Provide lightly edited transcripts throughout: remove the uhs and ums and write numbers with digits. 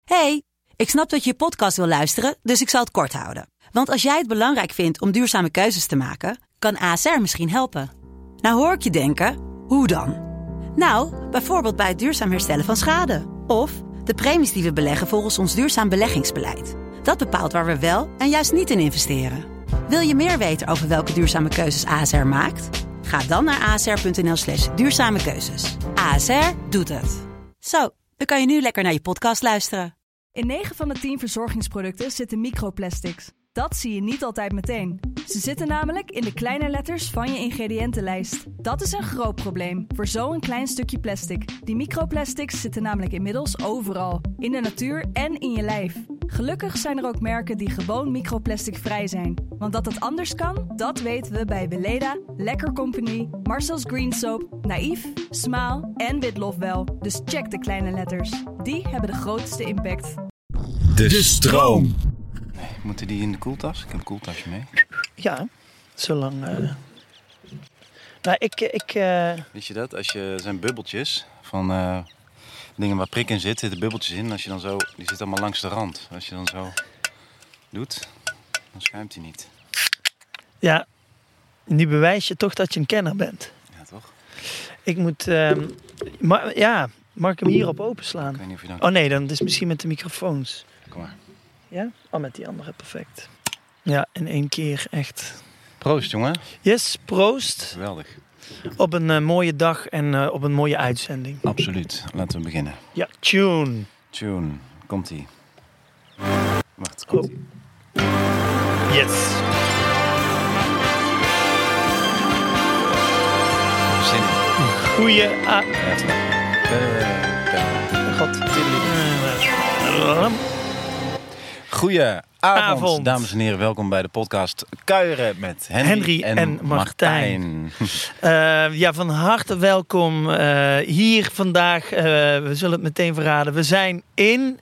Hey, ik snap dat je je podcast wil luisteren, dus ik zal het kort houden. Want als jij het belangrijk vindt om duurzame keuzes te maken, kan ASR misschien helpen. Nou hoor ik je denken, hoe dan? Nou, bijvoorbeeld bij het duurzaam herstellen van schade. Of de premies die we beleggen volgens ons duurzaam beleggingsbeleid. Dat bepaalt waar we wel en juist niet in investeren. Wil je meer weten over welke duurzame keuzes ASR maakt? Ga dan naar asr.nl/duurzame keuzes. ASR doet het. Zo, dan kan je nu lekker naar je podcast luisteren. In 9 van de 10 verzorgingsproducten zitten microplastics. Dat zie je niet altijd meteen. Ze zitten namelijk in de kleine letters van je ingrediëntenlijst. Dat is een groot probleem voor zo'n klein stukje plastic. Die microplastics zitten namelijk inmiddels overal. In de natuur en in je lijf. Gelukkig zijn er ook merken die gewoon microplasticvrij zijn. Want dat het anders kan, dat weten we bij Weleda, Lekker Company, Marcel's Green Soap, Naïef, Smaal en Witlof wel. Dus check de kleine letters. Die hebben de grootste impact. De stroom. Nee, moeten die in de koeltas? Ik heb een koeltasje mee. Ja, zolang... Nou, Wist je dat? Er zijn bubbeltjes van dingen waar prik in zitten bubbeltjes in. Als je dan zo, die zitten allemaal langs de rand. Als je dan zo doet, dan schuimt hij niet. Ja, nu bewijs je toch dat je een kenner bent. Ja, toch? Ik moet... mag ik hem hierop openslaan? Ik weet niet of je dan... Oh nee, dan is het misschien met de microfoons. Kom maar. Ja? Oh, met die andere, perfect. Ja, in 1 keer echt. Proost, jongen. Yes, proost. Geweldig. Op een mooie dag en op een mooie uitzending. Absoluut. Laten we beginnen. Ja, tune. Tune. Komt-ie. Wacht, komt-ie. Yes. Zin in. Goeie... God. Goedenavond, dames en heren. Welkom bij de podcast Kuieren met Henry en Martijn. Van harte welkom hier vandaag. We zullen het meteen verraden. We zijn in...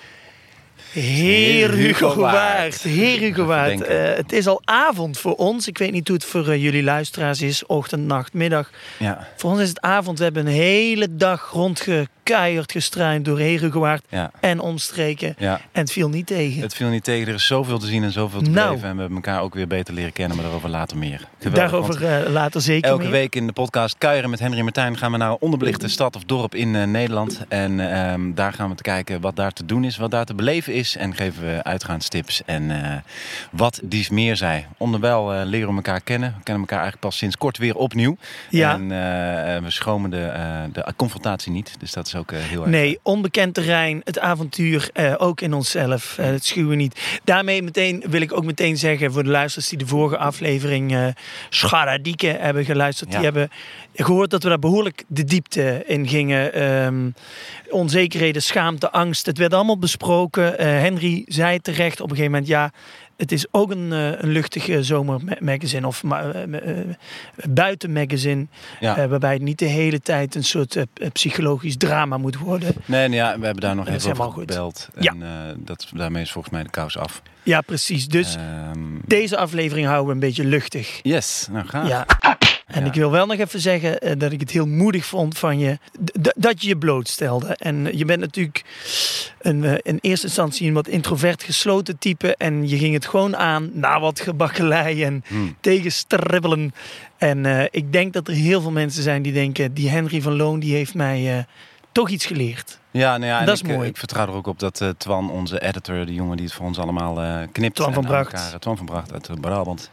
Heer Hugo Waard. Het is al avond voor ons. Ik weet niet hoe het voor jullie luisteraars is. Ochtend, nacht, middag. Ja. Voor ons is het avond. We hebben een hele dag rondgekuierd, gestruind door Heer Hugo Waard en omstreken. Ja. En het viel niet tegen. Het viel niet tegen. Er is zoveel te zien en zoveel te beleven. En we hebben elkaar ook weer beter leren kennen. Maar daarover later meer. Geweldig, daarover later zeker elke meer. week in de podcast Kuieren met Henry en Martijn gaan we naar een onderbelichte stad of dorp in Nederland. En daar gaan we te kijken wat daar te doen is. Wat daar te beleven is. En geven we uitgaanstips en wat dies meer zij. Onderwijl leren we elkaar kennen. We kennen elkaar eigenlijk pas sinds kort weer opnieuw. Ja. En we schromen de confrontatie niet. Dus dat is ook heel erg. Nee, onbekend terrein, het avontuur, ook in onszelf. Dat schuwen we niet. Daarmee wil ik ook meteen zeggen voor de luisteraars die de vorige aflevering Scharadieke hebben geluisterd. Ja. Die hebben gehoord dat we daar behoorlijk de diepte in gingen. Onzekerheden, schaamte, angst. Het werd allemaal besproken. Henry zei terecht op een gegeven moment... Het is ook een luchtige zomermagazine of buitenmagazine. Ja. Waarbij het niet de hele tijd een soort psychologisch drama moet worden. Nee, we hebben daar nog even over gebeld. En daarmee is volgens mij de kous af. Ja, precies. Dus deze aflevering houden we een beetje luchtig. Yes, nou graag. Ja. En ik wil wel nog even zeggen dat ik het heel moedig vond van je. Dat je je blootstelde. En je bent natuurlijk in eerste instantie een wat introvert gesloten type. En je ging het gewoon aan na wat gebakkelei en tegenstribbelen. En ik denk dat er heel veel mensen zijn die denken... die Henry van Loon die heeft mij toch iets geleerd. Ja, en dat is mooi. Ik vertrouw er ook op dat Twan, onze editor... de jongen die het voor ons allemaal knipt... Twan van Bracht. Twan van Bracht uit Brabant...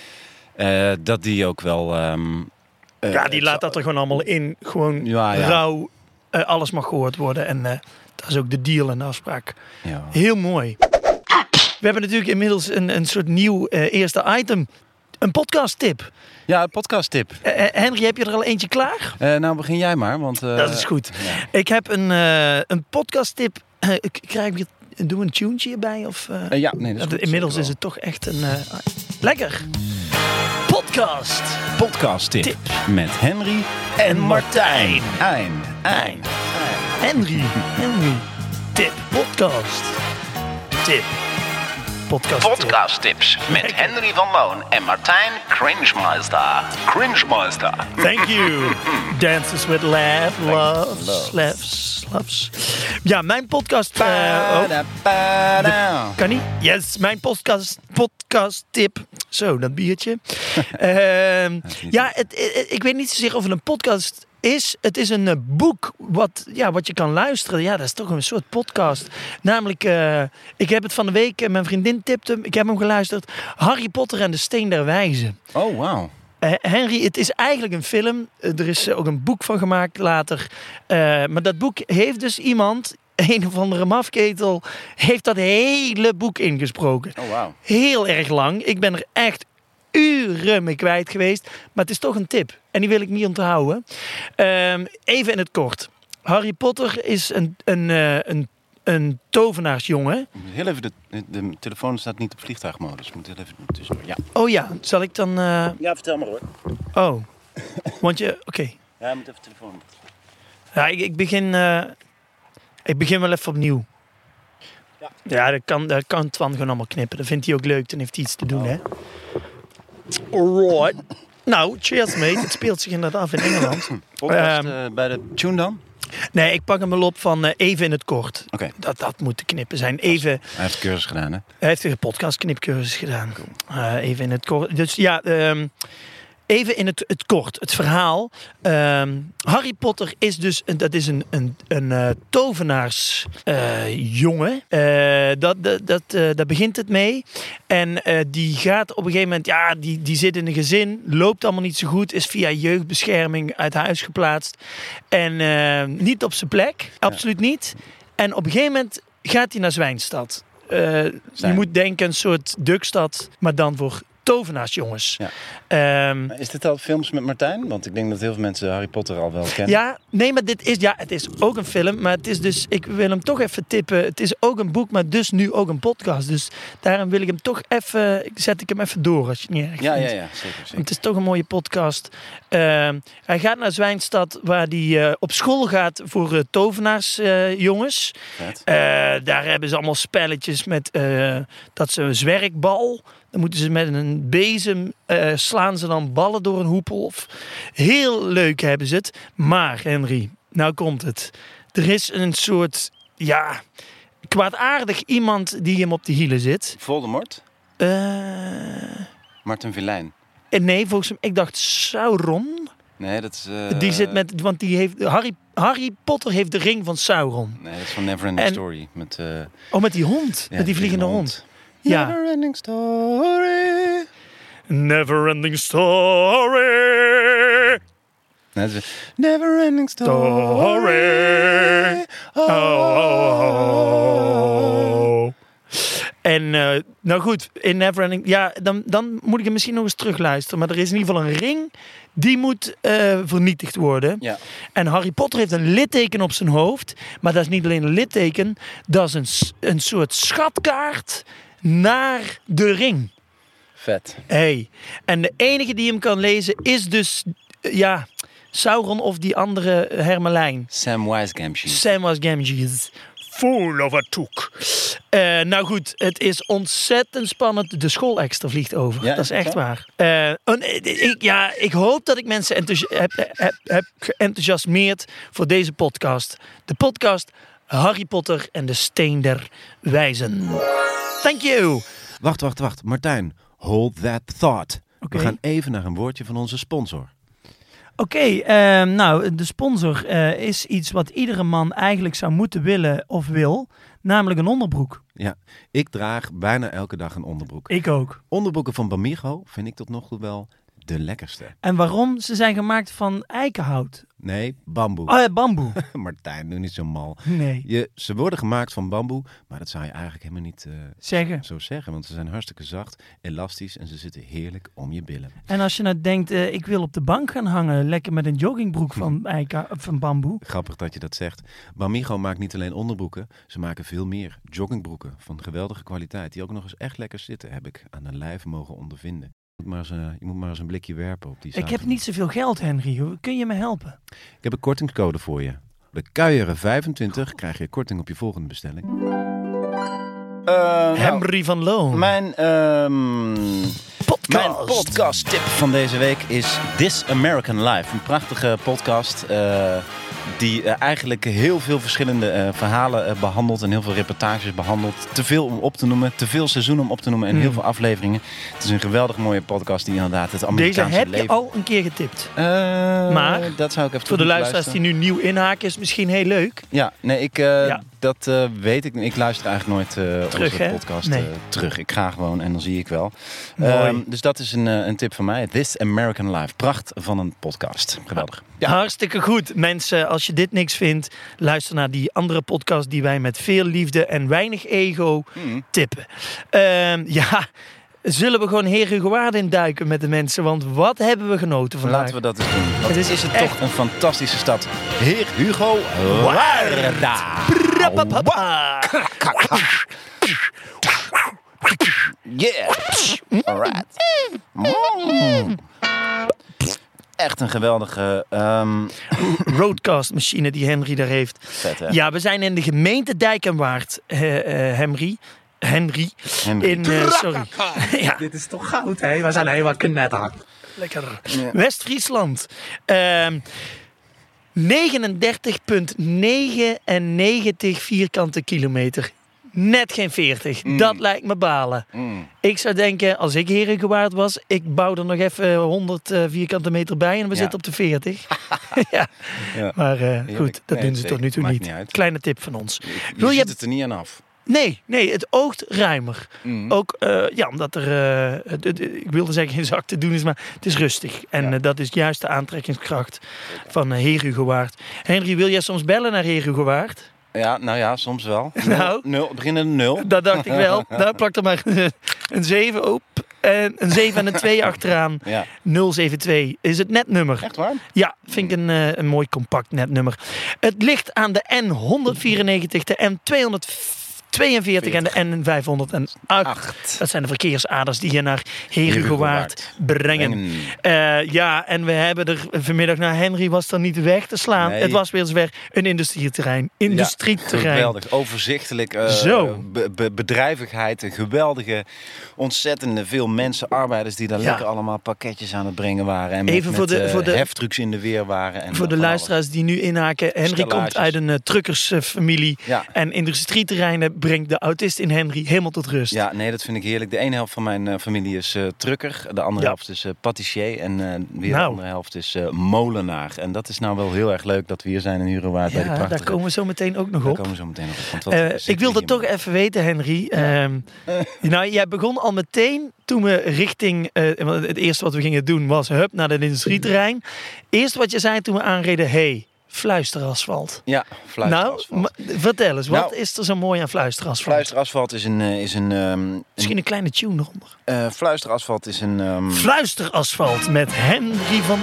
dat die ook wel... die laat dat er gewoon allemaal in. Gewoon rauw. Alles mag gehoord worden. En dat is ook de deal en de afspraak. Ja. Heel mooi. We hebben natuurlijk inmiddels een soort nieuw eerste item. Een podcast tip. Ja, een podcast tip. Henry, heb je er al eentje klaar? Nou, begin jij maar. Want, dat is goed. Ja. Ik heb een podcast tip. Doe een tuentje hierbij? Of, ja, nee, dat is goed. Inmiddels is het toch echt een... lekker. Podcast tip met Henry en Martijn. Henry. Tip. Podcast tips met Henry van Loon en Martijn Cringemeister. Thank you. Dances with love. Slaps. Ja, mijn podcast... kan niet? Yes, mijn podcast tip. Zo, dat biertje. Ik weet niet zozeer of het een podcast is. Het is een boek wat je kan luisteren. Ja, dat is toch een soort podcast. Namelijk, ik heb het van de week, mijn vriendin tipte hem. Ik heb hem geluisterd. Harry Potter en de Steen der Wijzen. Oh, wauw. Henry, het is eigenlijk een film. Er is ook een boek van gemaakt later. Maar dat boek heeft dus iemand... Een of andere mafketel heeft dat hele boek ingesproken. Oh, wauw. Heel erg lang. Ik ben er echt uren mee kwijt geweest. Maar het is toch een tip. En die wil ik niet onthouden. Even in het kort. Harry Potter is een tovenaarsjongen. Heel even, de telefoon staat niet op vliegtuigmodus. Moet heel even tussen. Ja. Oh ja, zal ik dan... Ja, vertel maar hoor. Oh, want je... Oké. Ja, je moet even de telefoon. Ja, ik begin wel even opnieuw. Ja, dat kan Twan gewoon allemaal knippen. Dat vindt hij ook leuk. Dan heeft hij iets te doen, hè. Alright. Nou, cheers, mate. Het speelt zich inderdaad af in Engeland. Podcast bij de tune dan? Nee, ik pak hem wel op van even in het kort. Oké. Dat moet te knippen zijn. Even. Hij heeft de cursus gedaan, hè? Hij heeft een podcast knipcursus gedaan. Even in het kort. Dus ja... Even in het kort, het verhaal. Harry Potter is dus een tovenaarsjongen. Daar begint het mee. En die gaat op een gegeven moment... Ja, die zit in een gezin. Loopt allemaal niet zo goed. Is via jeugdbescherming uit huis geplaatst. En niet op zijn plek. Absoluut niet. En op een gegeven moment gaat hij naar Zwijnstad. Je moet denken een soort Dukstad. Maar dan voor... tovenaarsjongens. Ja. Is dit al films met Martijn? Want ik denk dat heel veel mensen Harry Potter al wel kennen. Ja, nee, maar het is ook een film. Maar het is dus, ik wil hem toch even tippen. Het is ook een boek, maar dus nu ook een podcast. Dus daarom wil ik hem toch even, zet ik hem even door als je het niet erg vindt. Ja, zeker. Het is toch een mooie podcast. Hij gaat naar Zwijnstad, waar hij op school gaat voor tovenaarsjongens. Daar hebben ze allemaal spelletjes met dat ze een zwerkbal... Dan moeten ze met een bezem slaan ze dan ballen door een hoepel. Heel leuk hebben ze het. Maar, Henry, nou komt het. Er is een soort, kwaadaardig iemand die hem op de hielen zit. Voldemort? Martin Villain? Nee, volgens mij, ik dacht Sauron. Nee, dat is... Die zit met, want die heeft, Harry Potter heeft de ring van Sauron. Nee, dat is van Neverending Story. Met die hond. Ja, met die vliegende hond. Ja. Neverending Story. Neverending Story. Nee, dat is Neverending Story. Oh. En nou goed, in Neverending... Ja, dan moet ik hem misschien nog eens terugluisteren. Maar er is in ieder geval een ring... Die moet vernietigd worden. Ja. En Harry Potter heeft een litteken op zijn hoofd. Maar dat is niet alleen een litteken. Dat is een soort schatkaart... naar de ring. Vet. Hey. En de enige die hem kan lezen is dus... Sauron of die andere Hermelijn. Samwise Gamgee. Samwise Gamgee. Full of a took. Nou goed, het is ontzettend spannend. De schoolextra vliegt over. Ja, dat is echt waar. Ik hoop dat ik mensen heb geenthousiasmeerd voor deze podcast. De podcast Harry Potter en de Steen der Wijzen. Thank you. Wacht. Martijn, hold that thought. Okay. We gaan even naar een woordje van onze sponsor. Oké, nou, de sponsor is iets wat iedere man eigenlijk zou moeten willen of wil. Namelijk een onderbroek. Ja, ik draag bijna elke dag een onderbroek. Ik ook. Onderbroeken van Bamigo vind ik tot nog toe wel de lekkerste. En waarom? Ze zijn gemaakt van eikenhout. Nee, bamboe. Oh ja, bamboe. Martijn, doe niet zo mal. Nee. Ze worden gemaakt van bamboe, maar dat zou je eigenlijk helemaal niet zo zeggen. Want ze zijn hartstikke zacht, elastisch en ze zitten heerlijk om je billen. En als je nou denkt, ik wil op de bank gaan hangen, lekker met een joggingbroek van bamboe. Grappig dat je dat zegt. Bamigo maakt niet alleen onderbroeken, ze maken veel meer. Joggingbroeken van geweldige kwaliteit, die ook nog eens echt lekker zitten, heb ik aan de lijf mogen ondervinden. Je moet maar eens een blikje werpen op die zaken. Ik heb niet zoveel geld, Henry. Kun je me helpen? Ik heb een kortingscode voor je. Bij Kuieren25 krijg je korting op je volgende bestelling. Henry van Loon. Mijn podcast tip van deze week is This American Life. Een prachtige podcast Die eigenlijk heel veel verschillende verhalen behandelt en heel veel reportages behandelt. Te veel om op te noemen, te veel seizoenen om op te noemen en heel veel afleveringen. Het is een geweldig mooie podcast die inderdaad het Amerikaanse Deze heb leven... je al een keer getipt. Maar dat zou ik even voor de luisteraars die nu nieuw inhaken is misschien heel leuk. Ja, nee, dat weet ik niet. Ik luister eigenlijk nooit onze podcast terug. Ik ga gewoon en dan zie ik wel. Dus dat is een tip van mij. This American Life. Pracht van een podcast. Geweldig. Ja. Hartstikke goed. Mensen, als je dit niks vindt, luister naar die andere podcast die wij met veel liefde en weinig ego tippen. Zullen we gewoon Heer Hugo Waard induiken met de mensen? Want wat hebben we genoten vandaag? Laten we dat eens doen. Wat is het toch een fantastische stad. Heer Hugo Waard. Yeah. Alright. Echt een geweldige roadcast machine die Henry daar heeft. Vet, hè? Ja, we zijn in de gemeente Dijk en Waard, Henry. Sorry. Ja. Dit is toch goud, hè? We zijn helemaal knetter. Lekker. Ja. West-Friesland. 39,99 vierkante kilometer. Net geen 40. Dat lijkt me balen. Ik zou denken, als ik Heer Hugo Waard was, ik bouw er nog even 100 vierkante meter bij en we zitten op de 40. Ja. Maar goed, dat doen ze tot nu toe niet. Kleine tip van ons. Je ziet het er niet aan af. Nee, het oogt ruimer. Ook omdat er, ik wilde zeggen geen zak te doen is, maar het is rustig. En dat is juist de aantrekkingskracht van Heer Hugo Waard. Henry, wil jij soms bellen naar Heer Hugo Waard? Ja, nou ja, soms wel. Beginnen 0. Dat dacht ik wel. Daar plakt er maar een 7 op. En een 7 en een 2 achteraan. Ja. 072 is het netnummer. Echt waar? Ja, vind ik een mooi compact netnummer. Het ligt aan de N194, de N242 en de N508. Dat zijn de verkeersaders die je naar Heer Hugo Waard brengen. En we hebben er vanmiddag, Henry was er niet weg te slaan. Nee. Het was weer zover een industrieterrein. Geweldig, overzichtelijk. Bedrijvigheid, een geweldige, ontzettende veel mensen, arbeiders die daar lekker allemaal pakketjes aan het brengen waren. En even voor de heftrucks in de weer waren. En voor de luisteraars die nu inhaken. Henry komt uit een truckersfamilie en industrieterreinen brengt de autist in Henry helemaal tot rust. Ja, nee, dat vind ik heerlijk. De ene helft van mijn familie is trucker. De andere helft is patissier. En weer de andere helft is molenaar. En dat is nou wel heel erg leuk dat we hier zijn in Hugo Waard bij de prachtige... daar komen we zo meteen ook nog op. Want ik wilde toch even weten, Henry. Jij begon al meteen toen we richting... het eerste wat we gingen doen was naar het industrieterrein. Eerst wat je zei toen we aanreden, fluisterasfalt. Ja, fluisterasfalt. Nou, vertel eens, wat is er zo mooi aan fluisterasfalt? Fluisterasfalt is een misschien een kleine tune eronder. Fluisterasfalt is een... Fluisterasfalt met Henry van...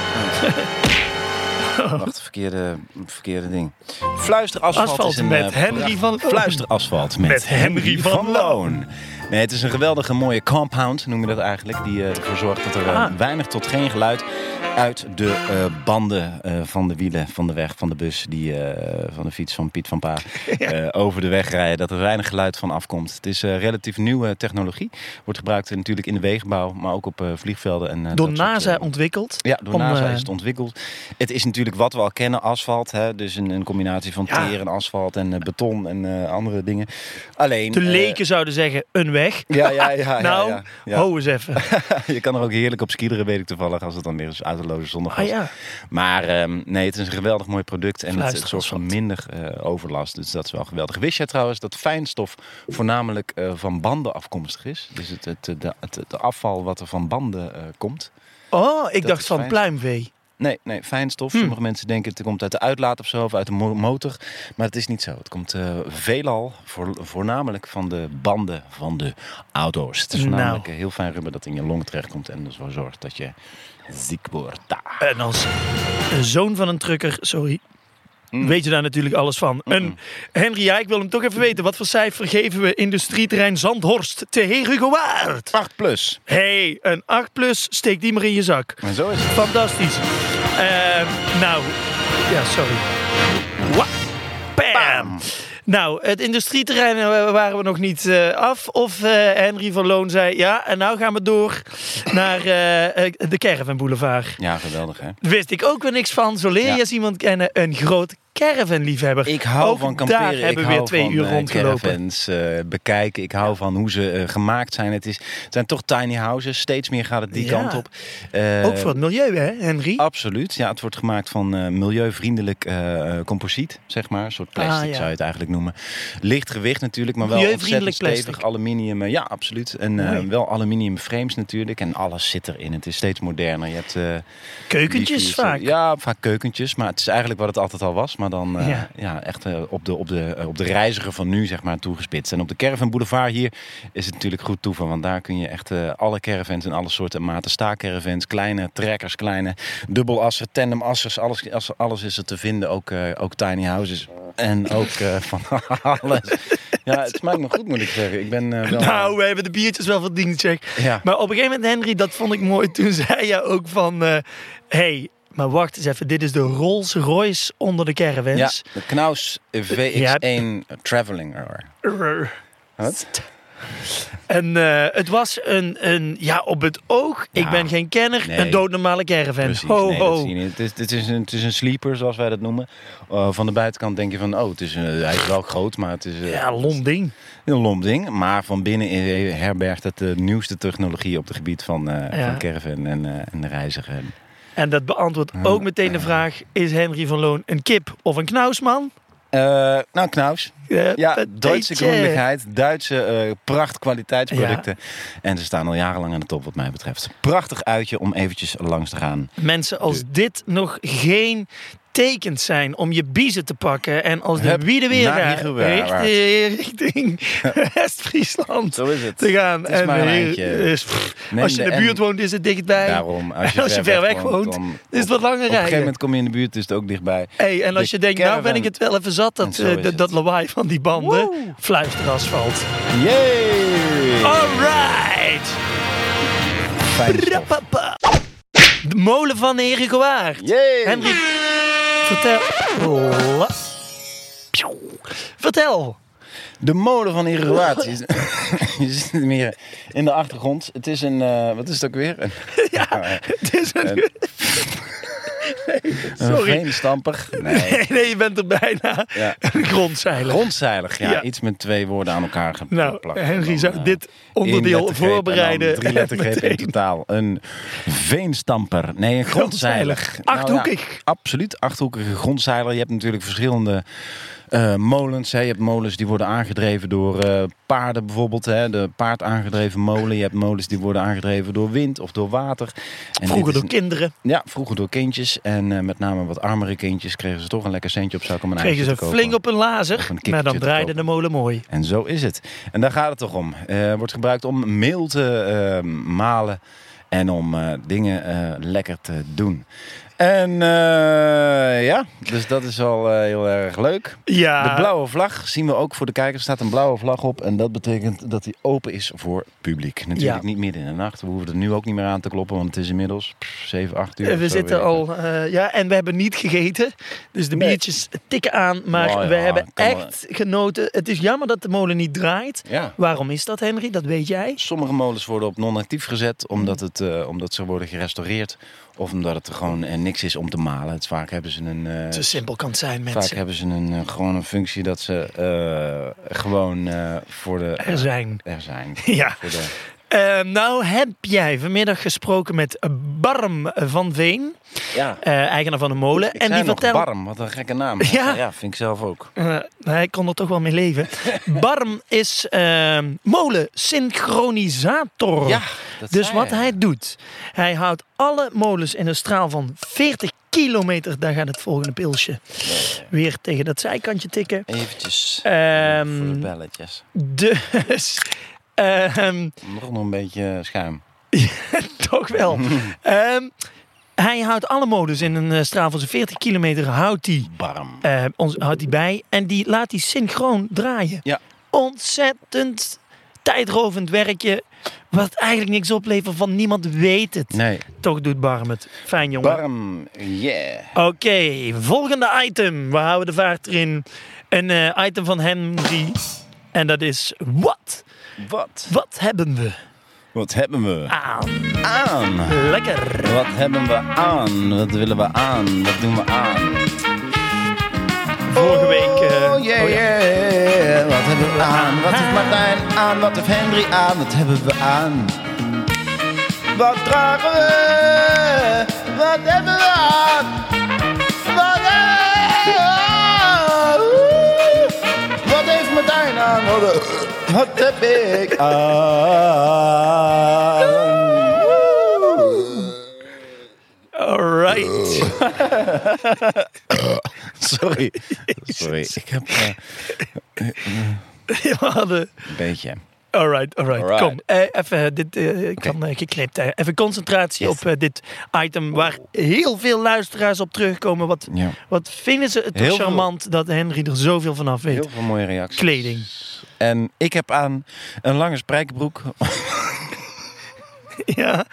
Wacht, verkeerde ding. Fluisterasfalt is een... met Henry van Loon. Fluisterasfalt met Henry van Loon. Nee, het is een geweldige mooie compound, noem je dat eigenlijk. Die ervoor zorgt dat er weinig tot geen geluid uit de banden van de wielen, van de weg, van de bus, van de fiets van Piet van Pa over de weg rijden. Dat er weinig geluid van afkomt. Het is relatief nieuwe technologie. Wordt gebruikt natuurlijk in de wegenbouw, maar ook op vliegvelden. En, door NASA ontwikkeld? Ja, door NASA is het ontwikkeld. Het is natuurlijk wat we al kennen, asfalt. Hè? Dus een combinatie van teer en asfalt en beton en andere dingen. Alleen... De leken zouden zeggen, een weg. Ja. Ho eens even. Je kan er ook heerlijk op skiederen, weet ik toevallig, als het dan weer eens autoloze zondag was. Maar nee, het is een geweldig mooi product en het zorgt voor minder overlast. Dus dat is wel geweldig. Wist jij trouwens dat fijnstof voornamelijk van banden afkomstig is? Dus het afval wat er van banden komt. Oh, ik dacht van pluimvee. Nee, fijnstof. Sommige mensen denken het komt uit de uitlaat of zo, of uit de motor. Maar het is niet zo. Het komt veelal, voornamelijk van de banden van de auto's. Het is voornamelijk heel fijn rubber dat in je long terechtkomt en ervoor zorgt dat je ziek wordt. En als zoon van een trucker, weet je daar natuurlijk alles van. Henry, ik wil hem toch even weten. Wat voor cijfer geven we industrieterrein Zandhorst te Heer Hugo Waard? 8+. Hey, een 8+, steek die maar in je zak. En zo is het. Fantastisch. Sorry. Bam. Nou, het industrieterrein waren we nog niet af. Of Henry van Loon zei, ja, en nou gaan we door naar de Caravan Boulevard. Ja, geweldig hè. Wist ik ook weer niks van. Zo leer je eens iemand kennen. Een groot caravanliefhebber. Ik hou ook van kamperen. Daar hebben we weer 2 uur rondgelopen. Caravans bekijken. Ik hou van hoe ze gemaakt zijn. Het zijn toch tiny houses. Steeds meer gaat het die kant op. Ook voor het milieu, hè, Henry? Absoluut. Ja, het wordt gemaakt van milieuvriendelijk composiet, zeg maar. Een soort plastic zou je het eigenlijk noemen. Licht gewicht natuurlijk, maar wel ontzettend stevig. Aluminium, ja, absoluut. En wel aluminium frames natuurlijk. En alles zit erin. Het is steeds moderner. Je hebt keukentjes vaak. Ja, vaak keukentjes. Maar het is eigenlijk wat het altijd al was. Maar dan echt op de reiziger van nu, zeg maar, toegespitst. En op de Caravan Boulevard hier is het natuurlijk goed toeven. Want daar kun je echt alle caravans en alle soorten en maten. Staakcaravans, kleine trekkers, kleine dubbelassen, tandemassers. Alles is er te vinden. Ook tiny houses. En ook van alles. Ja, het smaakt me goed, moet ik zeggen. Ik ben wel... Nou, we hebben de biertjes wel verdiend, zeg. Ja. Maar op een gegeven moment, Henry, dat vond ik mooi. Toen zei je ook van... hey, maar wacht eens even. Dit is de Rolls Royce onder de caravans. Ja, de Knaus VX1 Travelinger. Wat? En het was een op het oog, ik ben geen kenner, een doodnormale caravan. Precies, ho, nee, ho. Dat zie je niet. Het is een sleeper, zoals wij dat noemen. Van de buitenkant denk je van, hij is wel groot, maar het is... een lomp ding. Een lomp ding, maar van binnen herbergt het de nieuwste technologie op het gebied van caravan en de reiziger. En dat beantwoordt ook meteen de vraag, is Henry van Loon een kip of een knausman? Nou, Knaus. Ja, Duitse grondigheid, Duitse prachtkwaliteitsproducten. Ja. En ze staan al jarenlang aan de top wat mij betreft. Prachtig uitje om eventjes langs te gaan. Mensen, als dit nog geen tekens zijn om je biezen te pakken en als de wieden weer richting West-Friesland te gaan. Het is maar een eindje. Als je in de buurt woont is het dichtbij. Daarom, als je ver weg woont is het wat langer rijden. Op een gegeven moment kom je in de buurt, is het ook dichtbij. Hey, en als je denkt, nou ben ik het wel even zat, dat lawaai van die banden, fluisterasfalt. Yay! Alright! Fijn stof. De molen van de Herengewaard. Henry, vertel. De molen van Herengewaard. Je zit meer in de achtergrond. Het is een... wat is het ook weer? Het is een... Sorry. Een veenstamper. Nee, je bent er bijna. Ja. Een grondzeiler. Grondzeiler, ja. Iets met 2 woorden aan elkaar geplakt. Nou, Henry zou dit onderdeel voorbereiden. 3 lettergrepen in totaal. Een veenstamper. Nee, een grondzeiler. Achthoekig. Nou, ja, absoluut, achthoekige grondzeiler. Je hebt natuurlijk verschillende... molens. Je hebt molens die worden aangedreven door paarden bijvoorbeeld. De paardaangedreven molen. Je hebt molens die worden aangedreven door wind of door water. En vroeger door kinderen. Ja, vroeger door kindjes. En met name wat armere kindjes kregen ze toch een lekker centje op zak om een ijsje te kopen. Kregen ze flink op een lazer, maar dan draaide de molen mooi. En zo is het. En daar gaat het toch om. Wordt gebruikt om meel te malen en om dingen lekker te doen. En dus dat is al heel erg leuk. Ja. De blauwe vlag zien we ook voor de kijkers. Er staat een blauwe vlag op en dat betekent dat die open is voor publiek. Natuurlijk niet midden in de nacht. We hoeven er nu ook niet meer aan te kloppen, want het is inmiddels 7, 8 uur. We zitten al, en we hebben niet gegeten. Dus de biertjes tikken aan. Maar we hebben echt genoten. Het is jammer dat de molen niet draait. Ja. Waarom is dat, Henry? Dat weet jij. Sommige molens worden op non-actief gezet omdat ze worden gerestaureerd. Of omdat het er gewoon niks is om te malen. Het vaak hebben ze een... Te simpel kan het zijn, mensen. Vaak hebben ze gewoon een functie dat ze gewoon voor de... Er zijn. Ja. Voor de... Nou heb jij vanmiddag gesproken met Barm van Veen. Ja. Eigenaar van de molen. En die vertelt... Barm, wat een gekke naam. Ja, vind ik zelf ook. Hij kon er toch wel mee leven. Barm is molensynchronisator. Ja, dus wat hij doet. Hij houdt alle molens in een straal van 40 kilometer. Daar gaat het volgende pilsje weer tegen dat zijkantje tikken. Eventjes voor de belletjes. Dus... nog een beetje schuim. Toch wel. Hij houdt alle molens in een straal van zo'n 40 kilometer. Houdt hij bij. En die laat hij synchroon draaien. Ja. Ontzettend tijdrovend werkje. Wat eigenlijk niks oplevert van niemand weet het. Nee. Toch doet Barm het. Fijn, jongen. Barm, yeah. Oké, volgende item. We houden de vaart erin. Een item van Henry. En dat is wat? Wat hebben we Wat hebben we? aan? Lekker. Wat hebben we aan? Wat willen we aan? Wat doen we aan? Vorige week... yeah. Wat hebben we aan? Wat heeft Martijn aan? Wat heeft Henry aan? Wat hebben we aan? Wat dragen we? Wat hebben we aan? Wat hebben we aan? Wat heeft Martijn aan? Wat heb ik aan? Alright. Sorry. Ik heb We hadden... een beetje. Alright. Kom, even dit kan geknipt. Even concentratie op dit item waar heel veel luisteraars op terugkomen. Wat vinden ze het Heel charmant dat Henry er zoveel van af weet? Heel veel mooie reacties. Kleding. En ik heb aan een lange spijkerbroek. Ja.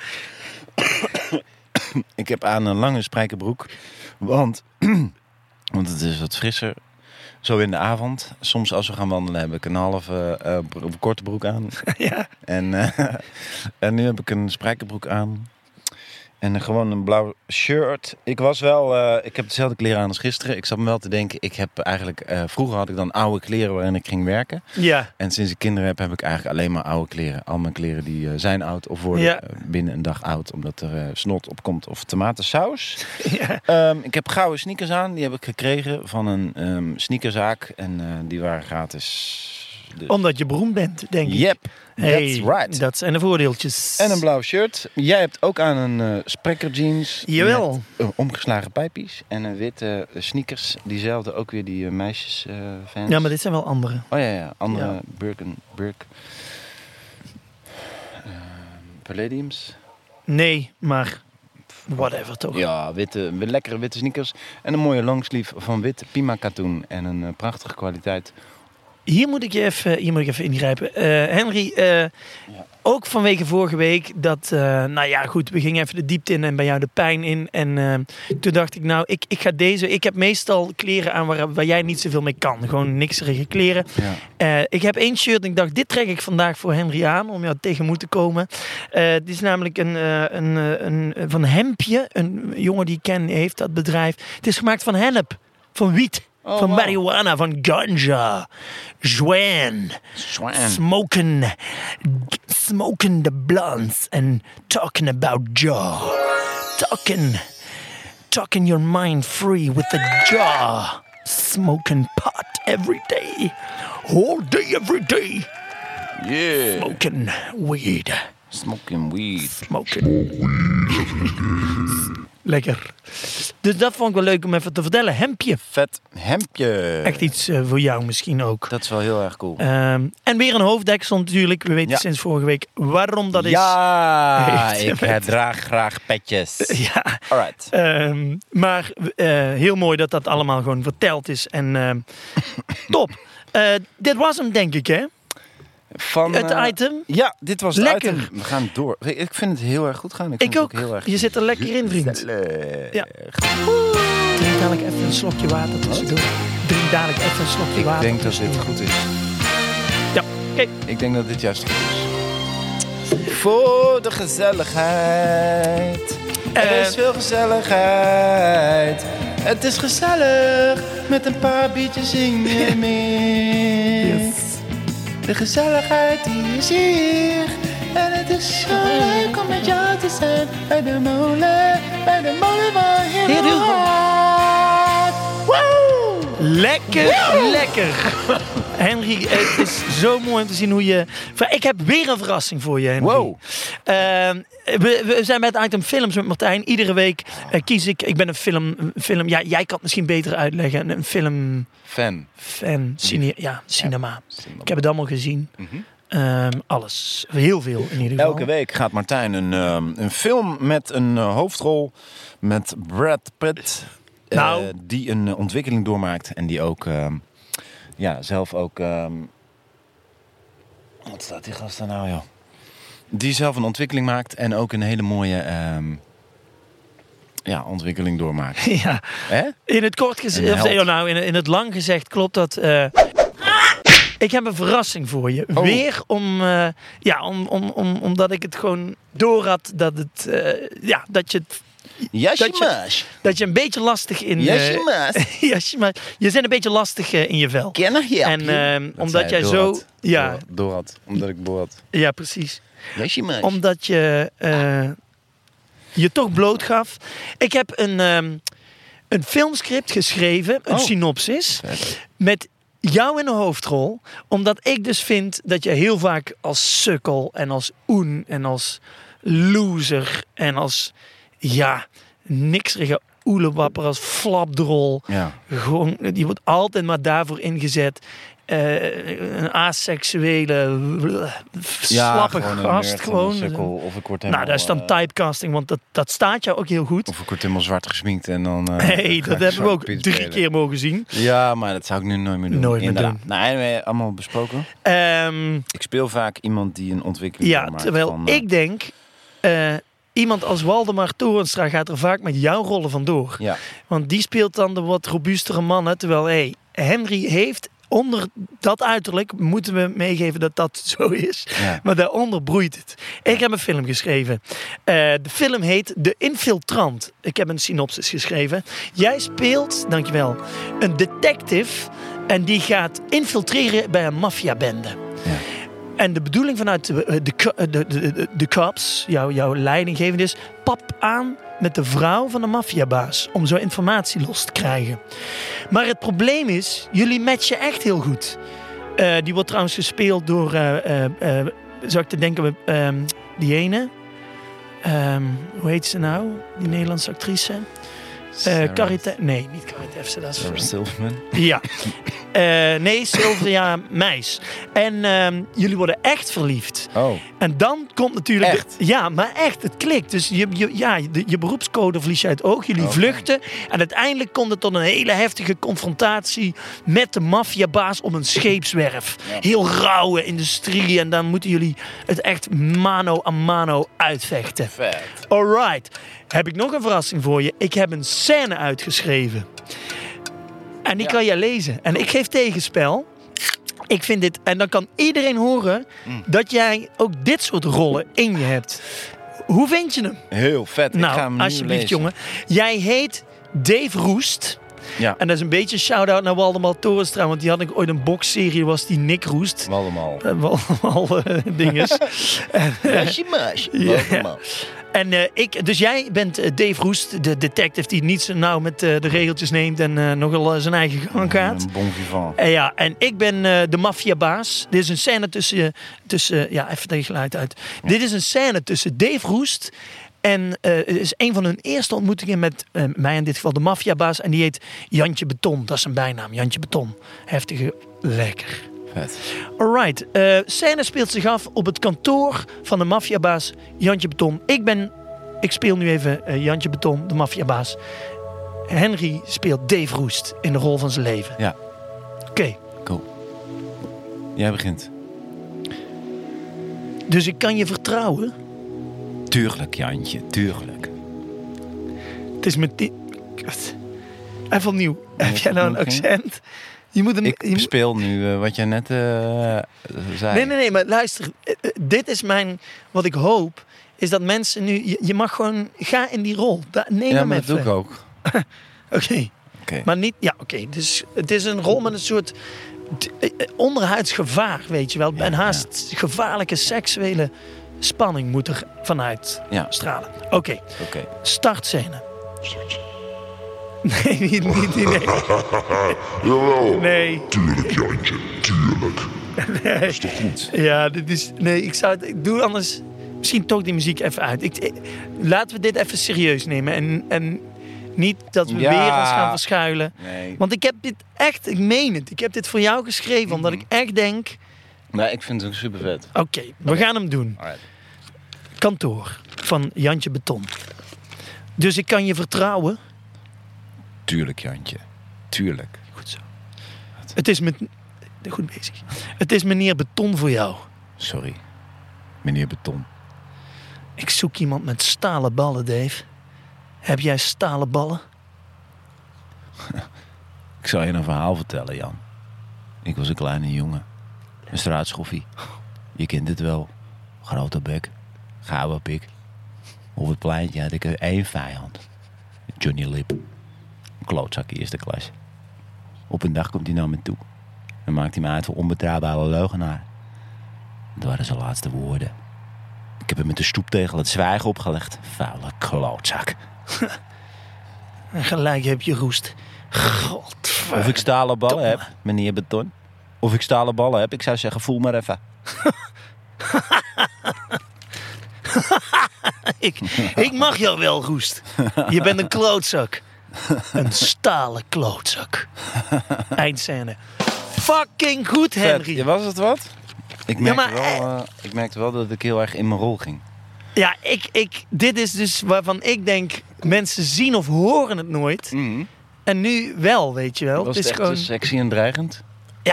Ik heb aan een lange spijkerbroek. Want het is wat frisser. Zo in de avond. Soms als we gaan wandelen heb ik een halve korte broek aan. Ja. En nu heb ik een spijkerbroek aan. En gewoon een blauw shirt. Ik heb dezelfde kleren aan als gisteren. Ik zat me wel te denken, ik heb eigenlijk... vroeger had ik dan oude kleren waarin ik ging werken. Ja. En sinds ik kinderen heb ik eigenlijk alleen maar oude kleren. Al mijn kleren die zijn oud of worden binnen een dag oud. Omdat er snot op komt of tomatensaus. Ja. Ik heb gouden sneakers aan. Die heb ik gekregen van een sneakerzaak. En die waren gratis. Dus... Omdat je beroemd bent, denk ik. Yep, that's right. Dat zijn de voordeeltjes. En een blauw shirt. Jij hebt ook aan een sprekker jeans. Jawel. Met omgeslagen pijpies. En een witte sneakers. Diezelfde ook weer die meisjesfans. Ja, maar dit zijn wel andere. Oh ja. Andere Ja. Birk. Palladiums. Nee, maar whatever toch. Ja, lekkere witte sneakers. En een mooie longsleeve van wit Pima katoen. En een prachtige kwaliteit. Hier moet ik even ingrijpen. Henry, ook vanwege vorige week dat, we gingen even de diepte in en bij jou de pijn in. En toen dacht ik, ik heb meestal kleren aan waar jij niet zoveel mee kan. Gewoon nikserige kleren. Ja. Ik heb 1 shirt en ik dacht, dit trek ik vandaag voor Henry aan om jou tegemoet te komen. Dit is namelijk een van Hempje, een jongen die ik ken, heeft dat bedrijf. Het is gemaakt van hennep, van wiet. Van marijuana, van ganja, Joanne, smoking the blunts and talking about jaw. Talking your mind free with the jaw. Smoking pot every day. All day, every day. Yeah. Smoking weed. Lekker. Dus dat vond ik wel leuk om even te vertellen. Hempje. Vet hempje. Echt iets voor jou misschien ook. Dat is wel heel erg cool. En weer een hoofddeksel natuurlijk. We weten sinds vorige week waarom dat is. Ja, ik draag graag petjes. Ja. Alright. Maar heel mooi dat dat allemaal gewoon verteld is. En top. Dit was hem, denk ik, hè? Van het item? Ja, dit was lekker. Het item. We gaan door. Ik vind het heel erg goed gaan. Ik ook. Heel erg je zit er lekker in, vriend. Ja. Drink dadelijk even een slokje water tussendoor. Drink dadelijk even een slokje water. Ik denk dat dit goed is. Ja, oké. Ik denk dat dit juist goed is. Voor de gezelligheid. Er is veel gezelligheid. Het is gezellig. Met een paar biertjes in je meer. Yes. De gezelligheid die is hier. En het is zo leuk om met jou te zijn. Bij de molen van Heerhugowaard. Woe! Lekker. Henry, het is zo mooi om te zien hoe je... Ik heb weer een verrassing voor je, Henry. Wow. We zijn bij het item films met Martijn. Iedere week kies ik... Ik ben een film... Ja, jij kan het misschien beter uitleggen. Een film... Fan. Cinema. Ik heb het allemaal gezien. Alles. Heel veel in ieder geval. Elke week gaat Martijn een film met een hoofdrol met Brad Pitt. Die een ontwikkeling doormaakt. En die ook zelf ook... wat staat die gast daar nou, joh? die zelf een ontwikkeling maakt en ook een hele mooie ontwikkeling doormaakt. Ja. Hè? In het kort gezegd, in het lang gezegd klopt dat. Ik heb een verrassing voor je. Oh. Weer omdat ik het gewoon door had dat het, dat je het. Dat je een beetje lastig in. Je zit een beetje lastig in je vel. En omdat jij zo. Omdat ik door had. Ja, precies. Omdat je je toch bloot gaf. Ik heb een filmscript geschreven, een synopsis, met jou in de hoofdrol. Omdat ik dus vind dat je heel vaak als sukkel en als oen en als loser en als niksrige oelewapper, als flapdrol. Ja. Gewoon, die wordt altijd maar daarvoor ingezet. Een asexuele, slappe gast. Gewoon. Sukkel, of ik word helemaal, dat is dan typecasting, want dat staat jou ook heel goed. Of ik word helemaal zwart gesminkt en dan. Dat hebben we ook 3 keer mogen zien. Ja, maar dat zou ik nu nooit meer doen. Nooit meer doen. Nou, allemaal besproken. Ik speel vaak iemand die een ontwikkeling maakt. Terwijl ik denk. Iemand als Waldemar Torenstra gaat er vaak met jouw rollen vandoor. Ja. Want die speelt dan de wat robuustere mannen. Terwijl Henry heeft onder dat uiterlijk, moeten we meegeven dat dat zo is. Ja. Maar daaronder broeit het. Ik heb een film geschreven. De film heet De Infiltrant. Ik heb een synopsis geschreven. Jij speelt, dankjewel, een detective en die gaat infiltreren bij een maffiabende. Ja. En de bedoeling vanuit de cops, jouw leidinggevende is, pap aan met de vrouw van de maffiabaas om zo informatie los te krijgen. Maar het probleem is, jullie matchen echt heel goed. Die wordt trouwens gespeeld door, zou ik te denken, die ene. Hoe heet ze nou? Die Nederlandse actrice. Carita... Nee, niet Carita F. Sarah Silverman. Ja. Nee, Sylvia Meis. En jullie worden echt verliefd. Oh. En dan komt natuurlijk... Echt? Maar echt, het klikt. Dus je beroepscode verlies je uit het oog. Jullie vluchten. En uiteindelijk komt het tot een hele heftige confrontatie met de maffiabaas op een scheepswerf. Ja. Heel rauwe industrie. En dan moeten jullie het echt mano a mano uitvechten. Vet. Alright. Heb ik nog een verrassing voor je. Ik heb een scène uitgeschreven. En die kan jij lezen. En ik geef tegenspel. Ik vind dit... En dan kan iedereen horen dat jij ook dit soort rollen in je hebt. Hoe vind je hem? Heel vet. Nou, ik ga hem alsjeblieft, lezen. jongen. Jij heet Dave Roest. Ja. En dat is een beetje een shout-out naar Waldemar Torenstra. Want die had ik ooit een boxserie, was die Nick Roest. Waldemar dinges. Waldemar. En dus jij bent Dave Roest, de detective die niet zo nauw met de regeltjes neemt en nogal zijn eigen gang gaat. Een bon vivant. En ik ben de maffiabaas. Dit is een scène tussen even tegen geluid uit. Ja. Dit is een scène tussen Dave Roest en het is een van hun eerste ontmoetingen met mij in dit geval de maffiabaas. En die heet Jantje Beton. Dat is zijn bijnaam, Jantje Beton. Heftige, lekker. Vet. Alright. Scène speelt zich af op het kantoor van de maffiabaas Jantje Beton. Ik speel nu even Jantje Beton, de maffiabaas. Henry speelt Dave Roest in de rol van zijn leven. Ja. Oké. Cool. Jij begint. Dus ik kan je vertrouwen? Tuurlijk, Jantje. Tuurlijk. Het is met die... Even opnieuw. Heb jij nou een accent? Ik speel nu wat jij net zei. Nee, maar luister. Dit is wat ik hoop, is dat mensen nu... Je mag gewoon... Ga in die rol. Neem hem even. Dat doe ik ook. Oké. Maar niet... Ja, oké. Dus het is een rol met een soort onderhuids gevaar, weet je wel. En haast gevaarlijke seksuele spanning moet er vanuit stralen. Oké. Startscène. Nee, niet. Jawel. Nee. Tuurlijk, Jantje. Tuurlijk. Nee. Dat is toch goed? Ja, dit is... Nee, ik doe anders... Misschien toch die muziek even uit. Laten we dit even serieus nemen. En niet dat we weer ons gaan verschuilen. Nee. Want ik heb dit echt... Ik meen het. Ik heb dit voor jou geschreven. Omdat ik echt denk... Nee, ik vind het ook super vet. Oké, we gaan hem doen. Alright. Kantoor van Jantje Beton. Dus ik kan je vertrouwen... Tuurlijk, Jantje. Tuurlijk. Goed zo. Het is goed bezig. Het is meneer Beton voor jou. Sorry. Meneer Beton. Ik zoek iemand met stalen ballen, Dave. Heb jij stalen ballen? Ik zal je een verhaal vertellen, Jan. Ik was een kleine jongen. Een straatschoffie. Je kent het wel. Grote bek. Gouden pik. Op het pleintje had ik er 1 vijand. Johnny Lip. Een klootzak eerste klas. Op een dag komt hij naar me toe. En maakt hij me uit voor onbetrouwbare leugenaar. Dat waren zijn laatste woorden. Ik heb hem met de stoeptegel het zwijgen opgelegd. Vuile klootzak. En gelijk heb je roest. Godver. Of ik stalen ballen heb, meneer Beton. Of ik stalen ballen heb, ik zou zeggen, voel maar even. Ik mag jou wel, roest. Je bent een klootzak. Een stalen klootzak. Eindscène. Fucking goed, Henry. Vet. Was het wat? Ik merkte wel dat ik heel erg in mijn rol ging. Ja, dit is dus waarvan ik denk, mensen zien of horen het nooit. Mm. En nu wel, weet je wel. Was het is echt gewoon sexy en dreigend? Ja,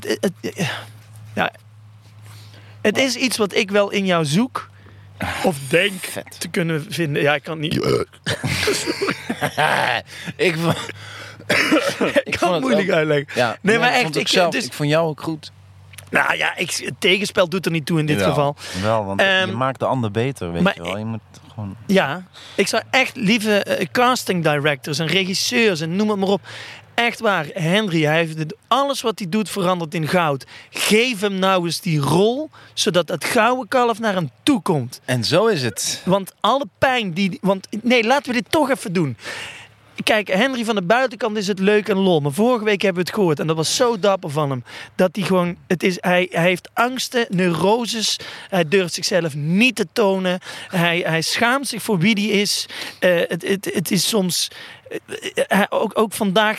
het is iets wat ik wel in jou zoek. Of denk te kunnen vinden. Ja, ik kan het niet. Ik kan het moeilijk uitleggen. Ja, nee, maar echt. Ik vond jou ook goed. Nou ja, het tegenspel doet er niet toe in dit geval. Wel, want je maakt de ander beter, weet je wel. Je moet gewoon... Ja, ik zou echt lieve casting directors en regisseurs en noem het maar op. Echt waar, Henry, hij heeft alles wat hij doet veranderd in goud. Geef hem nou eens die rol, zodat het gouden kalf naar hem toe komt. En zo is het. Want alle pijn nee, laten we dit toch even doen. Kijk, Henry van de buitenkant is het leuk en lol. Maar vorige week hebben we het gehoord. En dat was zo dapper van hem. Dat hij gewoon... Hij heeft angsten, neuroses. Hij durft zichzelf niet te tonen. Hij schaamt zich voor wie hij is. Het is soms... Ook vandaag...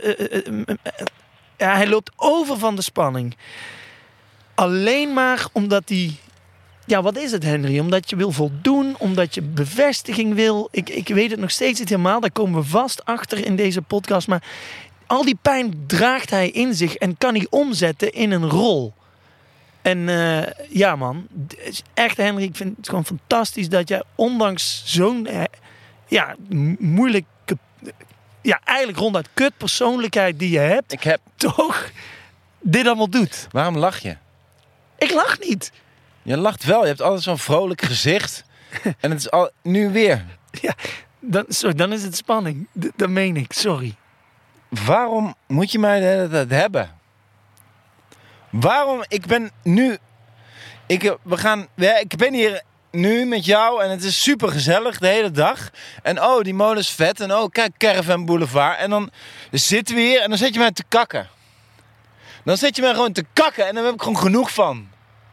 hij loopt over van de spanning. Alleen maar omdat hij... Ja, wat is het, Henry? Omdat je wil voldoen, omdat je bevestiging wil. Ik weet het nog steeds niet helemaal. Daar komen we vast achter in deze podcast. Maar al die pijn draagt hij in zich en kan hij omzetten in een rol. En ja, man. Echt, Henry, ik vind het gewoon fantastisch dat jij ondanks zo'n moeilijke... Ja, eigenlijk ronduit kut persoonlijkheid die je hebt... toch dit allemaal doet. Waarom lach je? Ik lach niet. Je lacht wel. Je hebt altijd zo'n vrolijk gezicht. En het is al nu weer. Ja, dan is het spanning. Dat meen ik. Sorry. Waarom moet je mij de hele tijd hebben? Waarom? Ik ben nu... Ik ben hier nu met jou en het is super gezellig de hele dag. En oh, die molen is vet. En oh, kijk, Caravan Boulevard. En dan zitten we hier en dan zet je mij te kakken. Dan zet je mij gewoon te kakken en daar heb ik gewoon genoeg van.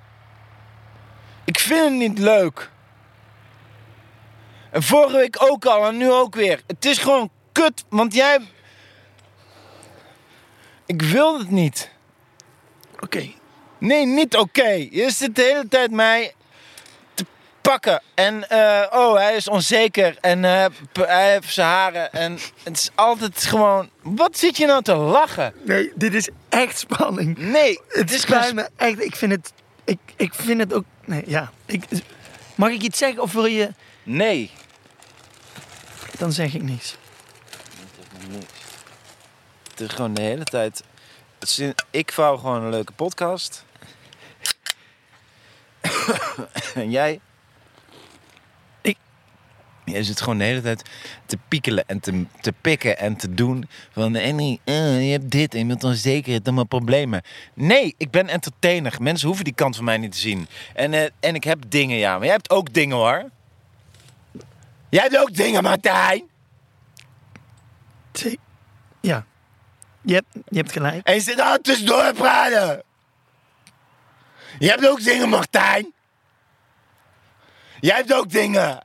Ik vind het niet leuk. En vorige week ook al en nu ook weer. Het is gewoon kut, want jij... Ik wil het niet. Oké. Nee, niet oké. Je zit de hele tijd mij te pakken. En hij is onzeker. En hij heeft zijn haren. En het is altijd gewoon... Wat zit je nou te lachen? Nee, dit is echt spanning. Nee, het is bijna echt... Ik vind het ook... Nee, ja. Mag ik iets zeggen of wil je... Nee. Dan zeg ik niks. Het is gewoon de hele tijd... Ik vouw gewoon een leuke podcast. En jij... Jij zit gewoon de hele tijd te piekelen en te pikken en te doen. Van, Henry, je hebt dit en je bent onzeker, je hebt allemaal problemen. Nee, ik ben entertainer. Mensen hoeven die kant van mij niet te zien. En ik heb dingen, ja. Maar jij hebt ook dingen, hoor. Jij hebt ook dingen, Martijn. Ja. Je hebt gelijk. En je zit altijd tussendoor te praten. Je hebt ook dingen, Martijn. Jij hebt ook dingen.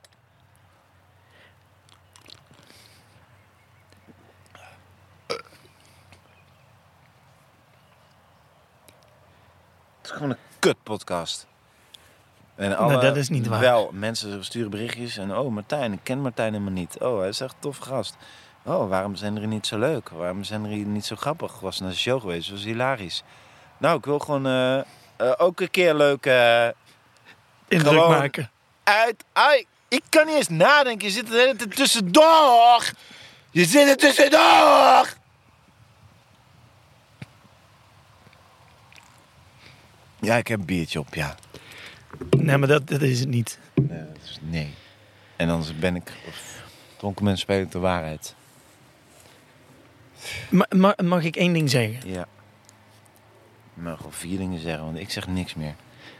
Het is gewoon een kutpodcast. En dat is niet waar. Wel, mensen sturen berichtjes en oh, Martijn, ik ken Martijn helemaal niet. Oh, hij is echt een toffe gast. Oh, waarom zijn er niet zo leuk? Waarom zijn er niet zo grappig? Was naar de show geweest, was hilarisch. Nou, ik wil gewoon ook een keer leuk... indruk maken. uit. Ai, ik kan niet eens nadenken. Je zit er de hele tijd tussendoor. Je zit er tussendoor. Ja, ik heb een biertje op, ja. Nee, maar dat is het niet. Nee. En anders ben ik... Dronken mensen spelen de waarheid. Mag ik 1 ding zeggen? Ja. Ik mag wel 4 dingen zeggen, want ik zeg niks meer.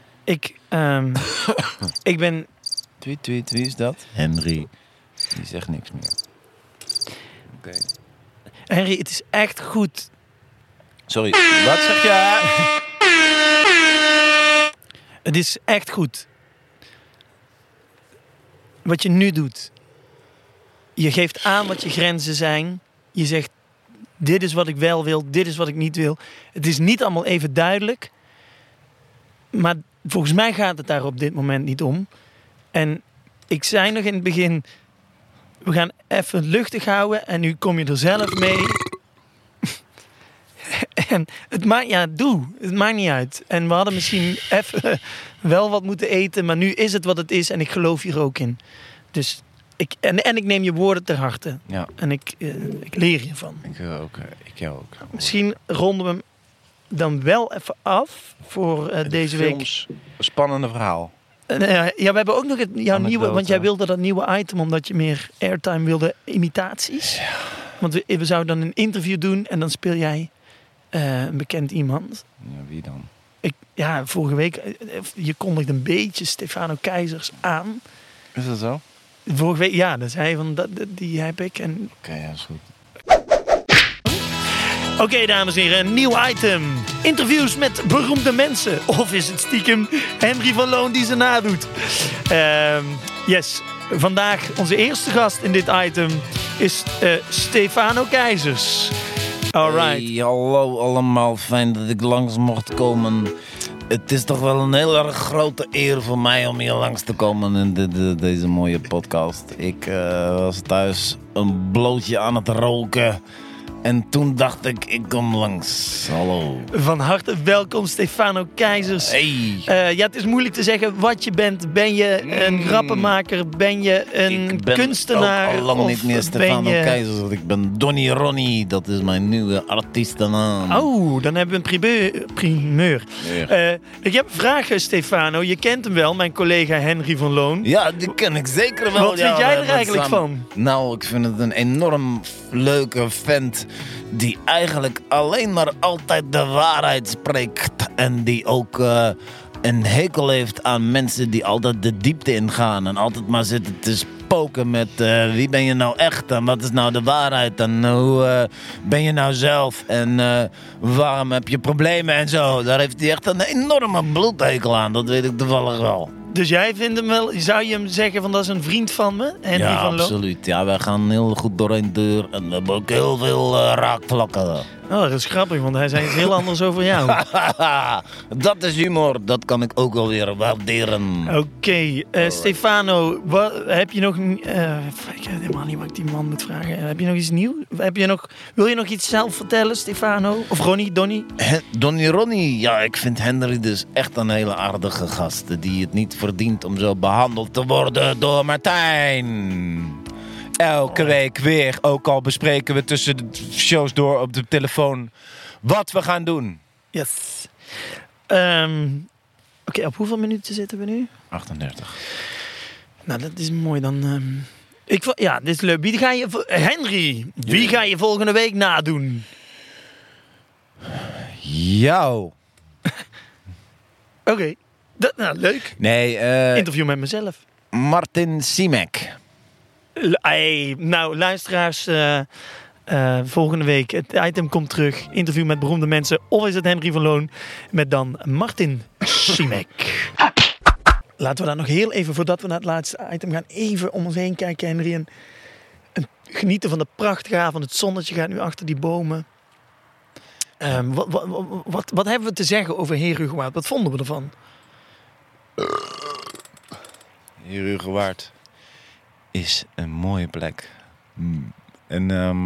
Ik ben... Tweet, wie is dat? Henry. Die zegt niks meer. Oké. Henry, het is echt goed. Sorry, wat zeg je? Het is echt goed. Wat je nu doet. Je geeft aan wat je grenzen zijn. Je zegt, dit is wat ik wel wil, dit is wat ik niet wil. Het is niet allemaal even duidelijk. Maar volgens mij gaat het daar op dit moment niet om. En ik zei nog in het begin, we gaan even luchtig houden en nu kom je er zelf mee. En het maakt niet uit. En we hadden misschien even wel wat moeten eten, maar nu is het wat het is en ik geloof hier ook in. Dus ik neem je woorden ter harte. Ja. En ik leer hiervan. Ik jou ook. Misschien ronden we hem dan wel even af voor deze week. Spannende verhaal. Ja, we hebben ook nog jouw nieuwe, want jij ja. wilde dat nieuwe item omdat je meer airtime wilde, imitaties. Ja. Want we zouden dan een interview doen en dan speel jij een bekend iemand. Ja, wie dan? Vorige week, je kondigde een beetje Stefano Keizers aan. Is dat zo? Vorige week, ja, dat zei hij van, die heb ik. Oké, ja, is goed. Oké, dames en heren, een nieuw item. Interviews met beroemde mensen. Of is het stiekem Henry van Loon die ze nadoet? Yes, vandaag onze eerste gast in dit item is Stefano Keizers. Alright. Hey, hallo allemaal, fijn dat ik langs mocht komen. Het is toch wel een heel erg grote eer voor mij om hier langs te komen in deze mooie podcast. Ik was thuis een blootje aan het roken. En toen dacht ik kom langs. Hallo. Van harte welkom, Stefano Keizers. Hey. Het is moeilijk te zeggen wat je bent. Ben je een grappenmaker? Ben je een kunstenaar? Ik ben ook al lang niet meer Stefano Keizers. Ik ben Donny Ronnie. Dat is mijn nieuwe artiestennaam. Oh, dan hebben we een primeur. Ik heb een vraag, Stefano. Je kent hem wel, mijn collega Henry van Loon. Ja, die ken ik zeker wel. Wat vind jij er eigenlijk van? Nou, ik vind het een enorm leuke vent die eigenlijk alleen maar altijd de waarheid spreekt. En die ook een hekel heeft aan mensen die altijd de diepte ingaan. En altijd maar zitten te spoken met wie ben je nou echt? En wat is nou de waarheid? En hoe ben je nou zelf? En waarom heb je problemen en zo? Daar heeft hij echt een enorme bloedhekel aan. Dat weet ik toevallig wel. Dus jij vindt hem wel, zou je hem zeggen van dat is een vriend van me? Henry ja, van Loon? Absoluut. Ja, wij gaan heel goed door een deur en we hebben ook heel veel raakvlakken. Oh, dat is grappig, want hij zei iets heel anders over jou. Dat is humor, dat kan ik ook alweer waarderen. Oké, Stefano, heb je nog... ik weet helemaal niet wat ik die man moet vragen. Heb je nog iets nieuws? Wil je nog iets zelf vertellen, Stefano? Of Donny? Donny Ronnie, ja, ik vind Henry dus echt een hele aardige gast. Die het niet verdient om zo behandeld te worden door Martijn. Elke week weer, ook al bespreken we tussen de shows door op de telefoon wat we gaan doen. Yes. Oké, op hoeveel minuten zitten we nu? 38. Nou, dat is mooi dan. Dit is leuk. Henry, wie ga je volgende week nadoen? Jou. Oké, leuk. Nee, interview met mezelf. Martin Simek. Nou, luisteraars, volgende week. Het item komt terug. Interview met beroemde mensen. Of is het Henry van Loon met dan Martin Simek. Laten we daar nog heel even, voordat we naar het laatste item gaan, even om ons heen kijken, Henry. En genieten van de prachtige avond. Het zonnetje gaat nu achter die bomen. Wat hebben we te zeggen over Herugewaard? Wat vonden we ervan? Herugewaard is een mooie plek. En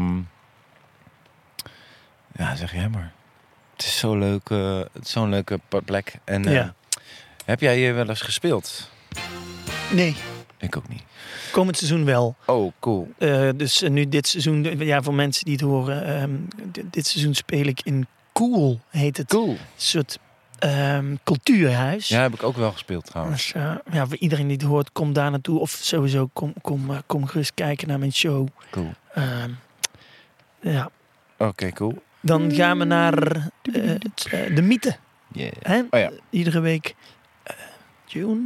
zeg jij maar. Het is zo leuk, zo'n leuke plek. En heb jij hier wel eens gespeeld? Nee, Ik ook niet. komend seizoen wel. Oh, cool. Dus nu dit seizoen, ja, voor mensen die het horen, dit seizoen speel ik in Cool, heet het. Cool. Een soort cultuurhuis. Ja, heb ik ook wel gespeeld trouwens. Dus ja, voor iedereen die het hoort, kom daar naartoe. Of sowieso, kom gerust kijken naar mijn show. Cool. Ja. Oké, cool. Dan gaan we naar de mythe. Yeah. Hè? Oh ja. Iedere week. June.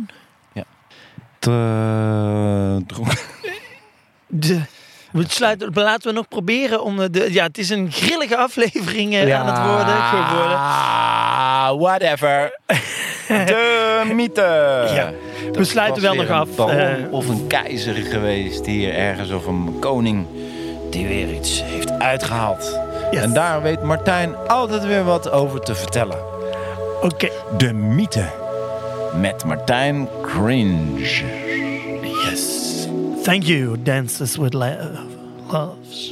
Laten we nog proberen om het is een grillige aflevering aan het worden. Whatever. De mythe. Ja. We sluiten wel nog af. Een baron of een keizer geweest hier ergens, of een koning die weer iets heeft uitgehaald. Yes. En daar weet Martijn altijd weer wat over te vertellen. Oké. De mythe met Martijn Cringe. Yes. Thank you, Dances with Loves.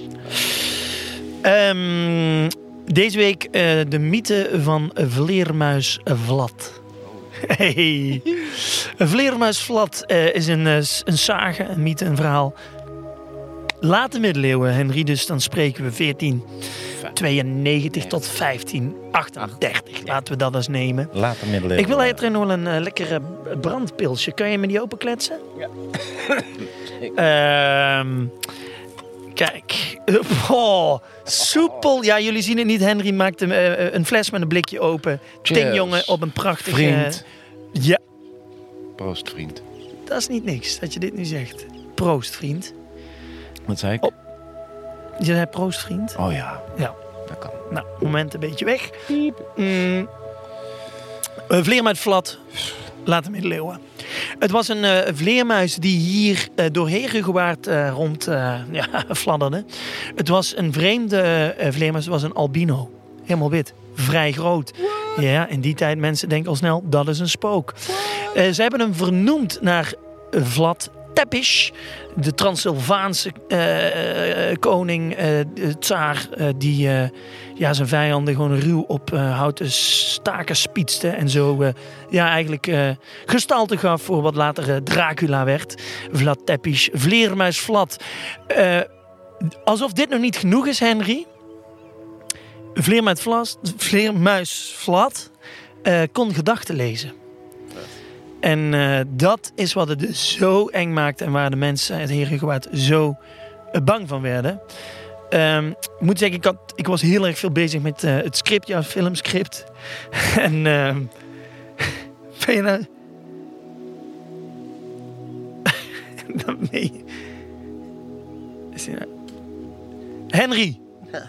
Deze week de mythe van Vleermuis Vlad. Hey. Vleermuis Vlad is een sage, een mythe, een verhaal. Late middeleeuwen, Henry, dus dan spreken we 1492 tot 1538. Laten we dat eens nemen. Late middeleeuwen. Ik wil eigenlijk nog een lekkere brandpilsje. Kan je me die openkletsen? Ja. Kijk. Oh, soepel. Ja, jullie zien het niet. Henry maakt een fles met een blikje open. Tingjongen op een prachtige... Vriend. Ja. Proost, vriend. Dat is niet niks dat je dit nu zegt. Proost, vriend. Wat zei ik? Oh. Je zei proost, vriend. Oh ja. Ja. Dat kan. Nou, moment een beetje weg. Vleermuis Vlad. Late middeleeuwen. Het was een vleermuis die hier door Herengewaard rond fladderde. Het was een vreemde vleermuis. Het was een albino. Helemaal wit. Vrij groot. Ja, in die tijd mensen denken al snel, dat is een spook. Ze hebben hem vernoemd naar Vlad Tepes, de Transylvaanse koning, tsaar, die zijn vijanden gewoon ruw op houten staken spietste en zo eigenlijk gestalte gaf voor wat later Dracula werd. Vlad Tepes, Vleermuis Vlad. Alsof dit nog niet genoeg is, Henry. Vleermuis Vlad kon gedachten lezen. En dat is wat het dus zo eng maakte en waar de mensen het Herengewaard zo bang van werden. Ik moet zeggen, ik was heel erg veel bezig met het script, jouw filmscript. En ben je nou... dat meen je... Henry!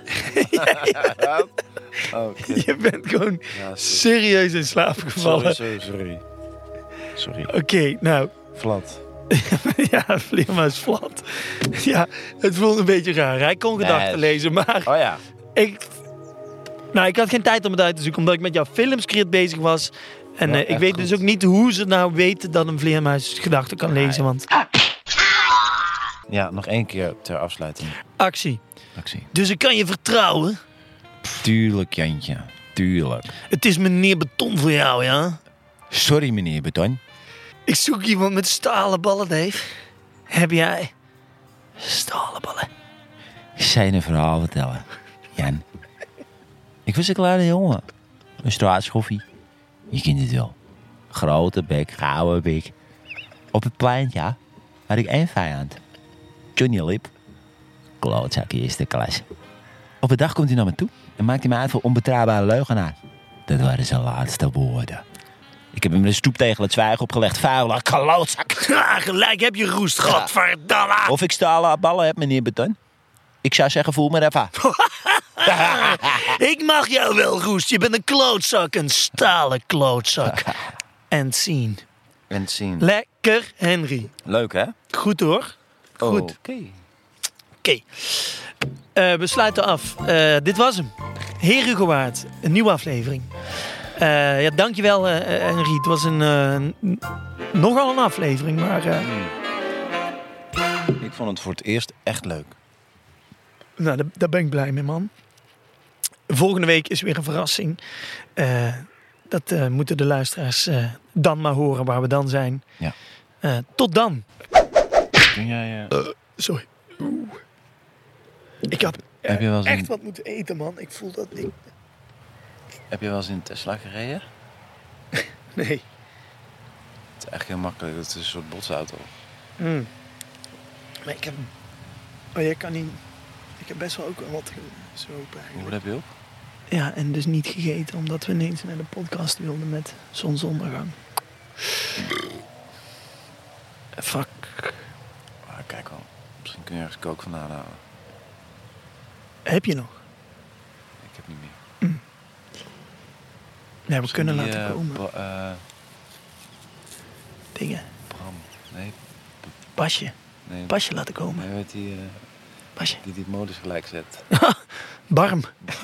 Okay. Je bent gewoon serieus in slaap gevallen. Sorry. Oké, nou. Vlad. Ja, Vleermuis Vlad. Ja, het voelde een beetje raar. Hij kon gedachten lezen, maar... Oh ja. Ik had geen tijd om het uit te zoeken, omdat ik met jouw filmscript bezig was. En ik weet dus ook niet hoe ze nou weten dat een vleermuis gedachten kan lezen, want... Ja, nog één keer ter afsluiting. Actie. Dus ik kan je vertrouwen? Tuurlijk, Jantje. Tuurlijk. Het is meneer Beton voor jou, ja? Sorry, meneer Beton. Ik zoek iemand met stalen ballen, Dave. Heb jij stalen ballen? Zij een verhaal vertellen, Jan. Ik was een kleine jongen. Een straatschoffie. Je kent het wel. Grote bek, gouden bek. Op het pleintje had ik één vijand. Johnny Lip. Klootzak eerste klas. Op een dag komt hij naar me toe en maakt hij me uit voor onbetrouwbare leugenaar. Dat waren zijn laatste woorden. Ik heb hem de stoep tegen het zwijgen opgelegd. Vuile klootzak. Ja, gelijk heb je roest, godverdamme. Of ik stalen ballen heb, meneer Beton. Ik zou zeggen, voel me even. Ik mag jou wel, roest. Je bent een klootzak, een stalen klootzak. En zien. Lekker, Henry. Leuk, hè? Goed hoor. Goed. Oké. We sluiten af. Dit was hem. Herengewaard. Een nieuwe aflevering. Dankjewel, Henry. Het was nogal een aflevering, maar... Ik vond het voor het eerst echt leuk. Nou, daar ben ik blij mee, man. Volgende week is weer een verrassing. Dat moeten de luisteraars dan maar horen waar we dan zijn. Ja. Tot dan. Kun jij... Sorry. Ik had Heb je wel eens echt een- wat moeten eten, man. Ik voel dat niet. Heb je wel eens in een Tesla gereden? Nee. Het is echt heel makkelijk. Het is een soort botsauto. Maar ik heb... Oh, jij kan niet... Ik heb best wel ook wel wat gezopen Hoe eigenlijk. heb je op? Ja, en dus niet gegeten, omdat we ineens naar de podcast wilden met zonsondergang. Fuck. Ah, kijk wel. Misschien kun je ergens kook vandaan halen. Heb je nog? Ik heb niet meer. Ja, we Misschien kunnen die, laten komen. Dingen. Bram. Nee. Pasje. Nee. Pasje laten komen. Nee, weet die Pasje. die het modus gelijk zet. Barm.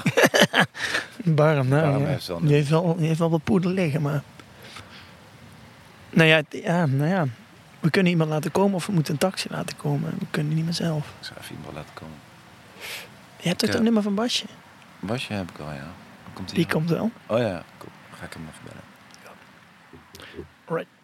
Barm, nou Barm ja. heeft wel- Die heeft wel wat poeder liggen, maar... Nou ja. We kunnen iemand laten komen of we moeten een taxi laten komen. We kunnen niet meer zelf. Ik zou even iemand laten komen. Je hebt toch het nummer van Basje? Basje heb ik al, ja. Komt Die komt wel. Oh ja, cool. Ga ik hem even bellen. Right.